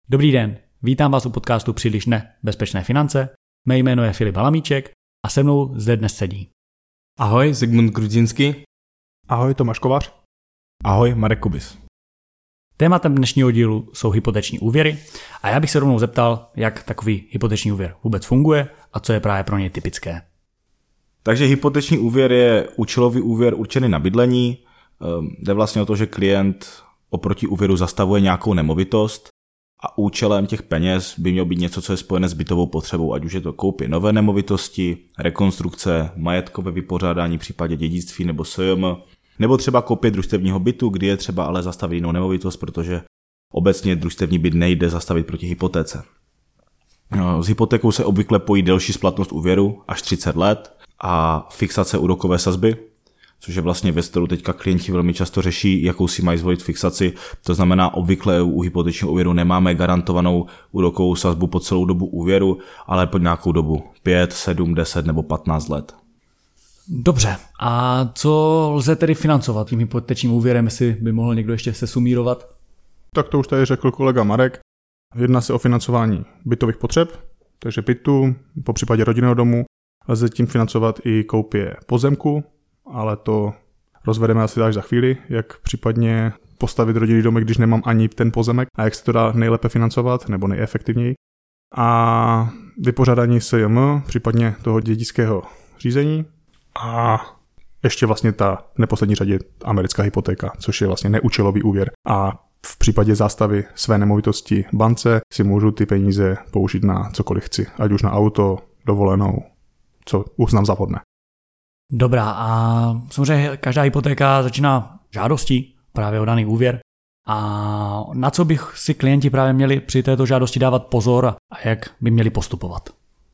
Dobrý den, vítám vás u podcastu Příliš nebezpečné finance. Mé jméno je Filip Halamíček a se mnou zde dnes sedí. Ahoj, Zigmund Grudzinský. Ahoj, Tomáš Kovář. Ahoj, Marek Kubis. Tématem dnešního dílu jsou hypoteční úvěry a já bych se rovnou zeptal, jak takový hypoteční úvěr vůbec funguje a co je právě pro něj typické. Takže hypoteční úvěr je účelový úvěr určený na bydlení. Jde vlastně o to, že klient oproti úvěru zastavuje nějakou nemovitost a účelem těch peněz by mělo být něco, co je spojené s bytovou potřebou, ať už je to koupě nové nemovitosti, rekonstrukce, majetkové vypořádání v případě dědictví nebo SJM, nebo třeba koupě družstevního bytu, kdy je třeba ale zastavit jinou nemovitost, protože obecně družstevní byt nejde zastavit proti hypotéce. S hypotékou se obvykle pojí delší splatnost úvěru až 30 let a fixace úrokové sazby, což je vlastně věc, kterou teďka klienti velmi často řeší, jakou si mají zvolit fixaci. To znamená, obvykle u hypotečního úvěru nemáme garantovanou úrokovou sazbu po celou dobu úvěru, ale po nějakou dobu 5, 7, 10 nebo 15 let. Dobře, a co lze tedy financovat tím hypotečním úvěrem, jestli by mohl někdo ještě sesumírovat? Tak to už tady řekl kolega Marek. Jedná se o financování bytových potřeb, takže bytu, po případě rodinného domu. Lze tím financovat i koupě pozemku, ale to rozvedeme asi až za chvíli, jak případně postavit rodinný domek, když nemám ani ten pozemek a jak se to dá nejlépe financovat nebo nejefektivněji. A vypořádání SJM, případně toho dědického řízení a ještě vlastně ta v neposlední řadě americká hypotéka, což je vlastně neúčelový úvěr. A v případě zástavy své nemovitosti bance si můžu ty peníze použít na cokoliv chci, ať už na auto, dovolenou, co uznám za vhodné. Dobrá, a samozřejmě každá hypotéka začíná žádostí právě o daný úvěr. A na co bych si klienti právě měli při této žádosti dávat pozor a jak by měli postupovat?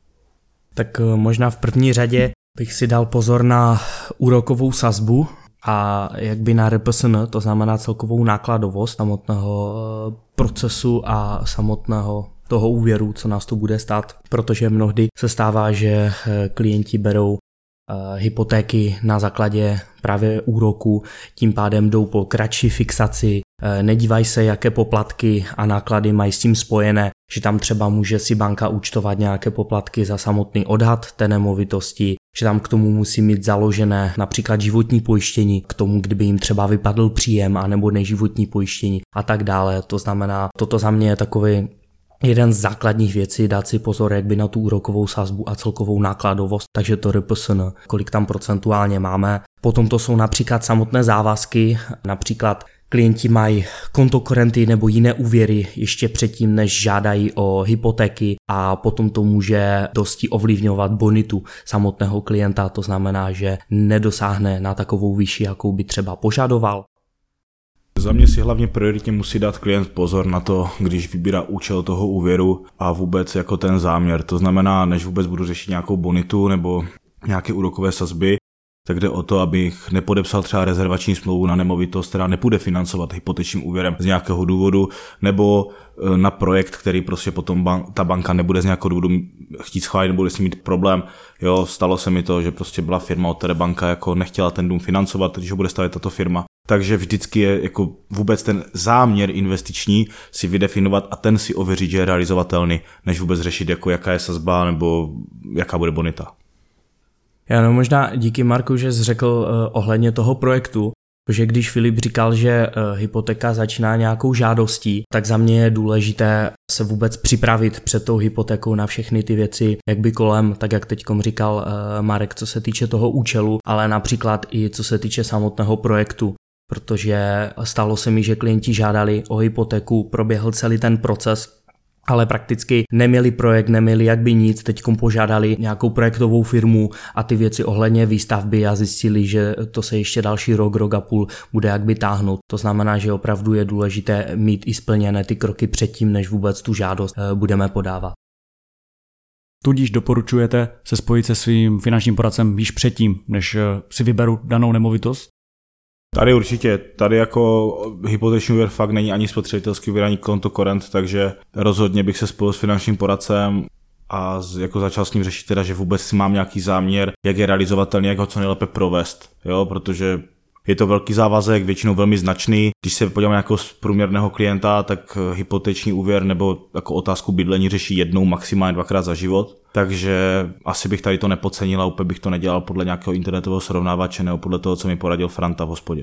Tak možná v první řadě bych si dal pozor na úrokovou sazbu a jak by na RPSN, to znamená celkovou nákladovost samotného procesu a samotného toho úvěru, co nás to bude stát, protože mnohdy se stává, že klienti berou hypotéky na základě právě úroku, tím pádem jdou po kratší fixaci, nedívají se, jaké poplatky a náklady mají s tím spojené, že tam třeba může si banka účtovat nějaké poplatky za samotný odhad té nemovitosti, že tam k tomu musí mít založené například životní pojištění, k tomu, kdyby jim třeba vypadl příjem, anebo neživotní pojištění a tak dále. To znamená, toto za mě je takový jeden z základních věcí, dát si pozor, jak by na tu úrokovou sazbu a celkovou nákladovost, takže to RPSN, kolik tam procentuálně máme. Potom to jsou například samotné závazky, například klienti mají kontokorenty nebo jiné úvěry ještě předtím, než žádají o hypotéky a potom to může dosti ovlivňovat bonitu samotného klienta, to znamená, že nedosáhne na takovou výši, jakou by třeba požadoval. Za mě si hlavně prioritně musí dát klient pozor na to, když vybírá účel toho úvěru a vůbec jako ten záměr. To znamená, než vůbec budu řešit nějakou bonitu nebo nějaké úrokové sazby, tak jde o to, abych nepodepsal třeba rezervační smlouvu na nemovitost, která nepůjde financovat hypotečním úvěrem z nějakého důvodu, nebo na projekt, který prostě potom ta banka nebude z nějakého důvodu chtít schválit, nebo bude s ním mít problém. Jo, stalo se mi to, že prostě byla firma, od které banka jako nechtěla ten dům financovat, když ho bude stavět tato firma. Takže vždycky je jako vůbec ten záměr investiční si vydefinovat a ten si ověřit, že je realizovatelný, než vůbec řešit, jako jaká je sazba nebo jaká bude bonita. Já no možná díky Marku, že jsi řekl ohledně toho projektu, protože když Filip říkal, že hypotéka začíná nějakou žádostí, tak za mě je důležité se vůbec připravit před tou hypotékou na všechny ty věci, jak by kolem, tak jak teďkom říkal Marek, co se týče toho účelu, ale například i co se týče samotného projektu. Protože stalo se mi, že klienti žádali o hypotéku, proběhl celý ten proces, ale prakticky neměli projekt, neměli jakby nic, teďkom požádali nějakou projektovou firmu a ty věci ohledně výstavby a zjistili, že to se ještě další rok a půl bude jakby táhnout. To znamená, že opravdu je důležité mít i splněné ty kroky předtím, než vůbec tu žádost budeme podávat. Tudíž doporučujete se spojit se svým finančním poradcem již předtím, než si vyberu danou nemovitost? Tady určitě, tady jako hypoteční úvěr fakt není ani spotřebitelský úvěr, ani kontokorent, takže rozhodně bych se spojil s finančním poradcem a jako začal s ním řešit teda, že vůbec si mám nějaký záměr, jak je realizovatelný, jak ho co nejlépe provést, jo, protože Je to velký závazek, většinou velmi značný. Když se podíváme jako z průměrného klienta, tak hypoteční úvěr nebo jako otázku bydlení řeší jednou, maximálně 2krát za život. Takže asi bych tady to nepodcenil a úplně bych to nedělal podle nějakého internetového srovnávače nebo podle toho, co mi poradil Franta v hospodě.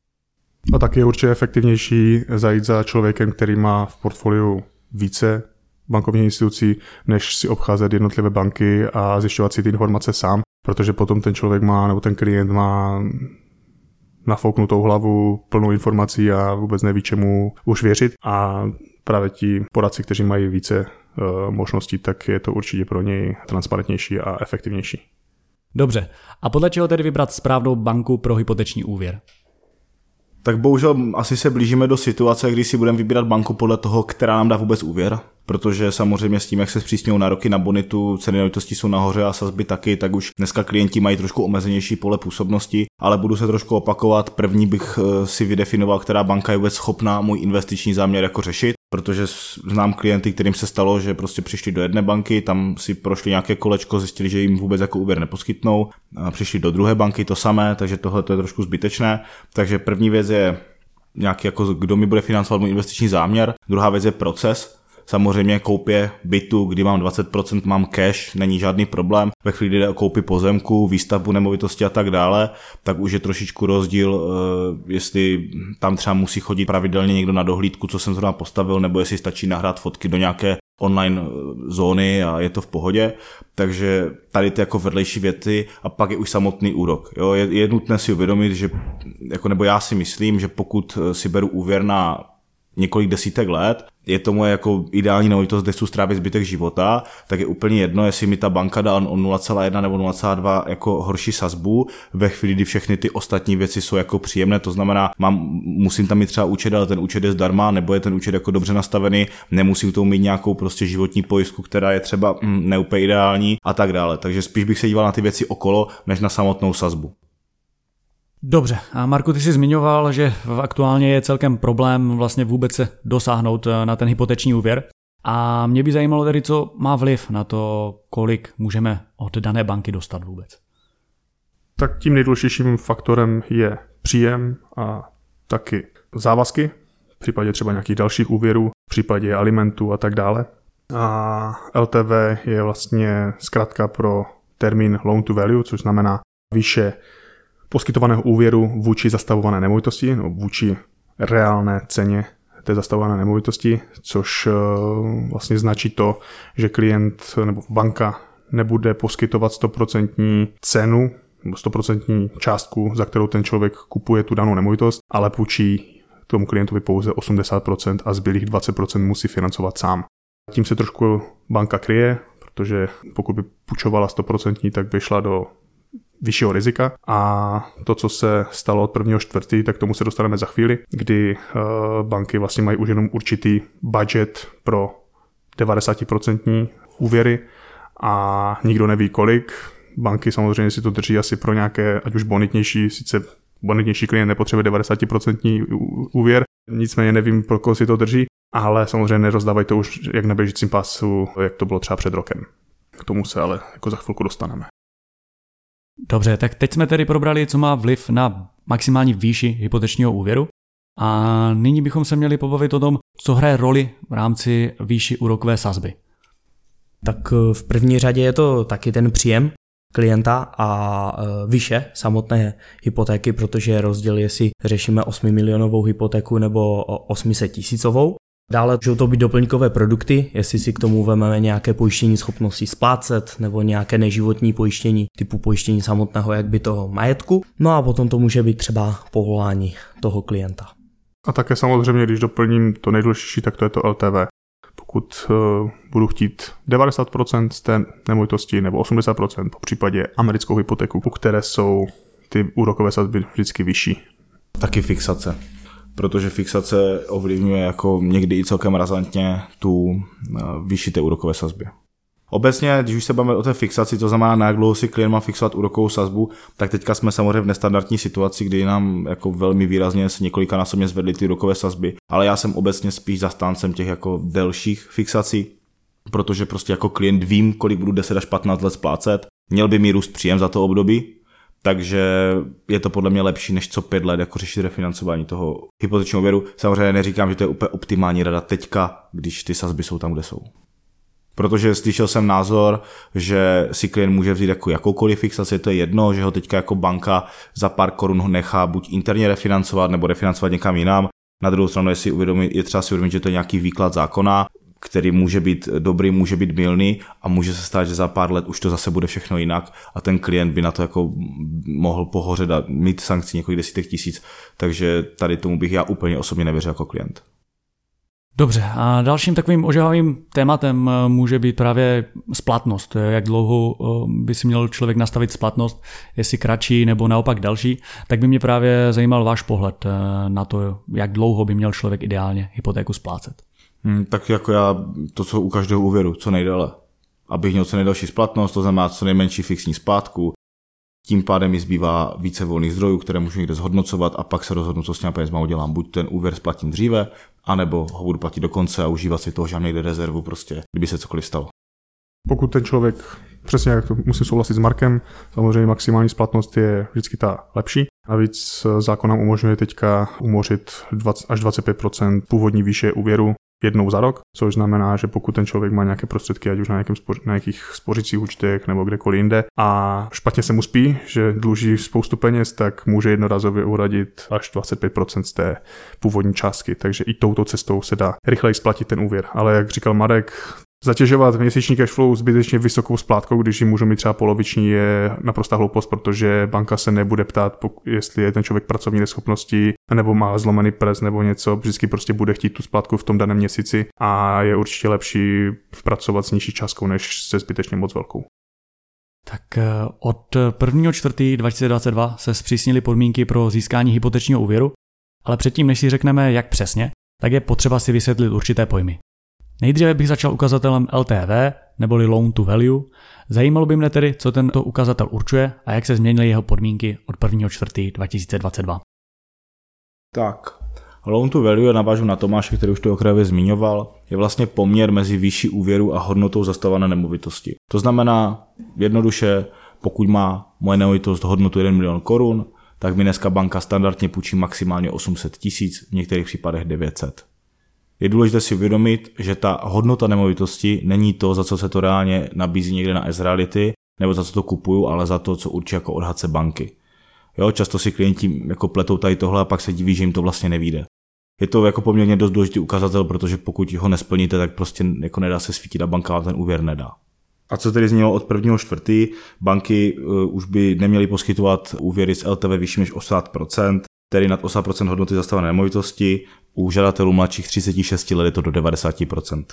A tak je určitě efektivnější zajít za člověkem, který má v portfoliu více bankovních institucí, než si obcházet jednotlivé banky a zjišťovat si ty informace sám, protože potom ten člověk má, nebo ten klient má nafouknutou hlavu, plnou informací a vůbec neví, čemu už věřit. A právě ti poradci, kteří mají více možností, tak je to určitě pro něj transparentnější a efektivnější. Dobře, a podle čeho tedy vybrat správnou banku pro hypoteční úvěr? Tak bohužel asi se blížíme do situace, kdy si budeme vybírat banku podle toho, která nám dá vůbec úvěr, protože samozřejmě s tím, jak se zpřísňují nároky na bonitu, ceny nemovitostí jsou nahoře a sazby taky, tak už dneska klienti mají trošku omezenější pole působnosti, ale budu se trošku opakovat. První bych si vydefinoval, která banka je vůbec schopná můj investiční záměr jako řešit, protože znám klienty, kterým se stalo, že prostě přišli do jedné banky, tam si prošli nějaké kolečko, zjistili, že jim vůbec jako úvěr neposkytnou, a přišli do druhé banky to samé, takže tohle to je trošku zbytečné. Takže první věc je nějaký jako kdo mi bude financovat můj investiční záměr, druhá věc je proces. Samozřejmě koupě bytu, kdy mám 20%, mám cash, není žádný problém. Ve chvíli jde o koupi pozemku, výstavbu nemovitosti a tak dále, tak už je trošičku rozdíl, jestli tam třeba musí chodit pravidelně někdo na dohlídku, co jsem zrovna postavil, nebo jestli stačí nahrát fotky do nějaké online zóny a je to v pohodě. Takže tady ty jako vedlejší věci a pak je už samotný úrok. Jo, je nutné si uvědomit, že jako, nebo já si myslím, že pokud si beru úvěr na několik desítek let, je to moje jako ideální nemovitost, kde chci strávit zbytek života, tak je úplně jedno, jestli mi ta banka dá o 0,1 nebo 0,2 jako horší sazbu, ve chvíli, kdy všechny ty ostatní věci jsou jako příjemné, to znamená, musím tam mít třeba účet, ale ten účet je zdarma, nebo je ten účet jako dobře nastavený, nemusím tomu mít nějakou prostě životní pojistku, která je třeba neúplně ideální a tak dále. Takže spíš bych se díval na ty věci okolo, než na samotnou sazbu. Dobře, a Marku, ty jsi zmiňoval, že aktuálně je celkem problém vlastně vůbec se dosáhnout na ten hypoteční úvěr. A mě by zajímalo tedy, co má vliv na to, kolik můžeme od dané banky dostat vůbec. Tak tím nejdůležitějším faktorem je příjem a taky závazky, v případě třeba nějakých dalších úvěrů, v případě alimentů a tak dále. A LTV je vlastně zkratka pro termín loan to value, což znamená výše poskytovaného úvěru vůči zastavované nemovitosti, nebo vůči reálné ceně té zastavované nemovitosti, což vlastně značí to, že klient nebo banka nebude poskytovat 100% cenu nebo 100% částku, za kterou ten člověk kupuje tu danou nemovitost, ale půjčí tomu klientovi pouze 80% a zbylých 20% musí financovat sám. Tím se trošku banka kryje, protože pokud by půjčovala 100%, tak by šla do vyššího rizika a to, co se stalo od 1.4., tak tomu se dostaneme za chvíli, kdy banky vlastně mají už jenom určitý budget pro 90% úvěry a nikdo neví kolik. Banky samozřejmě si to drží asi pro nějaké, ať už bonitnější, sice bonitnější klient nepotřebuje 90% úvěr, nicméně nevím, pro koho si to drží, ale samozřejmě nerozdávají to už jak na běžícím pásu, jak to bylo třeba před rokem. K tomu se ale jako za chvilku dostaneme. Dobře, tak teď jsme tedy probrali, co má vliv na maximální výši hypotečního úvěru a nyní bychom se měli pobavit o tom, co hraje roli v rámci výši úrokové sazby. Tak v první řadě je to taky ten příjem klienta a výše samotné hypotéky, protože je rozdíl, jestli řešíme 8 milionovou hypotéku nebo 800 tisícovou. Dále můžou to být doplňkové produkty, jestli si k tomu vezmeme nějaké pojištění schopnosti splácet nebo nějaké neživotní pojištění typu pojištění samotného jakbytového majetku. No a potom to může být třeba povolání toho klienta. A také samozřejmě, když doplním to nejdůležitější, tak to je to LTV. Pokud budu chtít 90% z té nemovitosti nebo 80%, po případě americkou hypotéku, u které jsou ty úrokové sazby vždycky vyšší. Taky fixace. Protože fixace ovlivňuje jako někdy i celkem razantně tu výši té úrokové sazby. Obecně, když už se bavíme o té fixaci, to znamená, na jak dlouho si klient má fixovat úrokovou sazbu, tak teďka jsme samozřejmě v nestandardní situaci, kdy nám jako velmi výrazně se několikanásobně zvedly ty úrokové sazby, ale já jsem obecně spíš zastáncem těch jako delších fixací, protože prostě jako klient vím, kolik budu 10 až 15 let splácet, měl by mi růst příjem za to období, takže je to podle mě lepší, než co 5 let jako řešit refinancování toho hypotečního úvěru. Samozřejmě neříkám, že to je úplně optimální rada teďka, když ty sazby jsou tam, kde jsou. Protože slyšel jsem názor, že si klient může vzít jako jakoukoliv fixaci, to je jedno, že ho teďka jako banka za pár korun ho nechá buď interně refinancovat nebo refinancovat někam jinam. Na druhou stranu je třeba si uvědomit, že to je nějaký výklad zákona, který může být dobrý, může být mylný a může se stát, že za pár let už to zase bude všechno jinak a ten klient by na to jako mohl pohořet a mít sankcí několik desítek tisíc, takže tady tomu bych já úplně osobně nevěřil jako klient. Dobře, a dalším takovým ožehavým tématem může být právě splatnost. Jak dlouho by si měl člověk nastavit splatnost, jestli kratší nebo naopak další, tak by mě právě zajímal váš pohled na to, jak dlouho by měl člověk ideálně hypotéku splácet. Tak jako já, to co u každého úvěru, co nejdéle. Abych měl co nejdelší splatnost, to znamená co nejmenší fixní splátku, tím pádem mi zbývá více volných zdrojů, které můžu někde zhodnocovat a pak se rozhodnu, co s těmi penězma udělám. Buď ten úvěr splatím dříve, anebo ho budu platit do konce a užívat si toho, že mám někde rezervu, prostě, kdyby se cokoliv stalo. Pokud ten člověk, přesně jak to musím souhlasit s Markem, samozřejmě maximální splatnost je vždycky ta lepší. Navíc zákon nám umožňuje teďka umořit 20 až 25% původní výše úvěru jednou za rok, což znamená, že pokud ten člověk má nějaké prostředky, ať už na nějakých spořicích účtech nebo kdekoliv jinde a špatně se mu spí, že dluží spoustu peněz, tak může jednorazově uhradit až 25% z té původní částky, takže i touto cestou se dá rychleji splatit ten úvěr. Ale jak říkal Marek, zatěžovat měsíční cashflow zbytečně vysokou splátkou, když ji můžu mít třeba poloviční, je naprostá hloupost, protože banka se nebude ptát, jestli je ten člověk pracovní neschopnosti nebo má zlomený prst nebo něco, vždycky prostě bude chtít tu splátku v tom daném měsíci a je určitě lepší pracovat s nižší částkou, než se zbytečně moc velkou. Tak od 1.4.2022 se zpřísnily podmínky pro získání hypotečního úvěru, ale předtím, než si řekneme, jak přesně, tak je potřeba si vysvětlit určité pojmy. Nejdříve bych začal ukazatelem LTV, neboli Loan to Value. Zajímalo by mne tedy, co tento ukazatel určuje a jak se změnily jeho podmínky od 1.4.2022. Tak, Loan to Value, navážu na Tomáše, který už to okrajově zmiňoval, je vlastně poměr mezi výší úvěru a hodnotou zastavované nemovitosti. To znamená, jednoduše, pokud má moje nemovitost hodnotu 1 milion korun, tak mi dneska banka standardně půjčí maximálně 800 000, v některých případech 900. Je důležité si uvědomit, že ta hodnota nemovitosti není to, za co se to reálně nabízí někde na S-Reality, nebo za co to kupuju, ale za to, co určí jako odhadce banky. Jo, často si klienti jako pletou tady tohle a pak se diví, že jim to vlastně nevyjde. Je to jako poměrně dost důležitý ukazatel, protože pokud ho nesplníte, tak prostě jako nedá se svítit a banka vám ten úvěr nedá. A co tedy znělo od 1.4. Banky už by neměly poskytovat úvěry s LTV vyšší než 80%, tedy nad 80% hodnoty zastavené nemovitosti, u žadatelů mladších 36 let je to do 90%.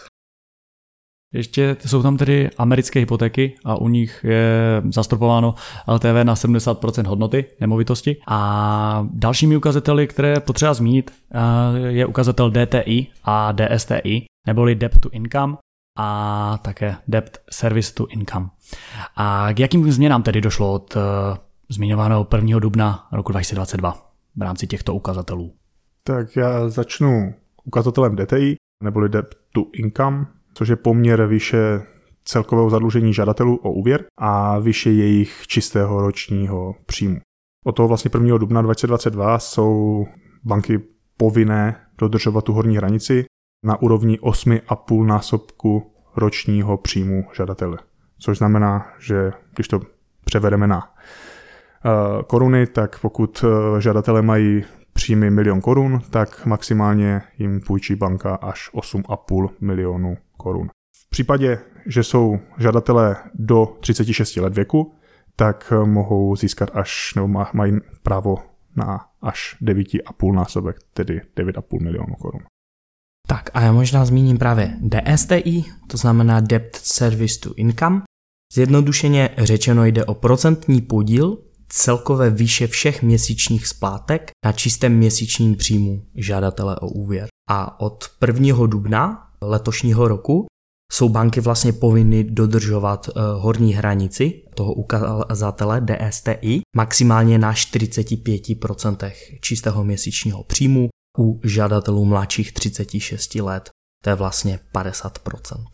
Ještě jsou tam tedy americké hypotéky a u nich je zastropováno LTV na 70% hodnoty nemovitosti. A dalšími ukazateli, které potřeba zmínit, je ukazatel DTI a DSTI, neboli Debt to Income a také Debt Service to Income. A k jakým změnám tedy došlo od zmiňovaného 1. dubna roku 2022 v rámci těchto ukazatelů? Tak já začnu ukazatelem DTI, neboli Debt to Income, což je poměr výše celkového zadlužení žadatelů o úvěr a výše jejich čistého ročního příjmu. Od toho vlastně 1. dubna 2022 jsou banky povinné dodržovat tu horní hranici na úrovni 8,5 násobku ročního příjmu žadatele. Což znamená, že když to převedeme na koruny, tak pokud žadatelé mají příjmy 1 000 000 korun, tak maximálně jim půjčí banka až 8,5 milionu korun. V případě, že jsou žadatelé do 36 let věku, tak mohou získat nebo mají právo na až 9,5 násobek, tedy 9,5 milionu korun. Tak a já možná zmíním právě DSTI, to znamená Debt Service to Income. Zjednodušeně řečeno jde o procentní podíl celkové výše všech měsíčních splátek na čistém měsíčním příjmu žadatele o úvěr. A od 1. dubna letošního roku jsou banky vlastně povinny dodržovat horní hranici toho ukazatele DSTI maximálně na 45% čistého měsíčního příjmu u žadatelů mladších 36 let. To je vlastně 50%.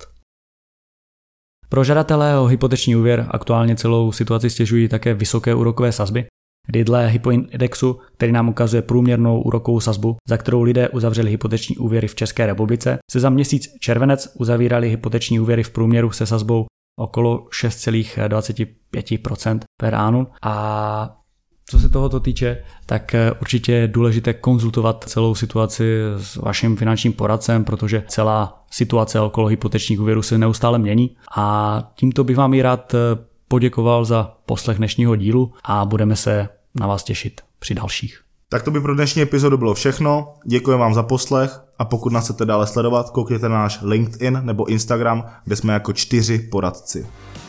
Pro žadatele o hypoteční úvěr aktuálně celou situaci stěžují také vysoké úrokové sazby, kdy dle Hypoindexu, který nám ukazuje průměrnou úrokovou sazbu, za kterou lidé uzavřeli hypoteční úvěry v České republice, se za měsíc červenec uzavírali hypoteční úvěry v průměru se sazbou okolo 6,25% per annum. A co se tohoto týče, tak určitě je důležité konzultovat celou situaci s vaším finančním poradcem, protože celá situace okolo hypotečních úvěrů se neustále mění. A tímto bych vám i rád poděkoval za poslech dnešního dílu a budeme se na vás těšit při dalších. Tak to by pro dnešní epizodu bylo všechno. Děkuji vám za poslech a pokud nás chcete dále sledovat, koukněte na náš LinkedIn nebo Instagram, kde jsme jako 4 poradci.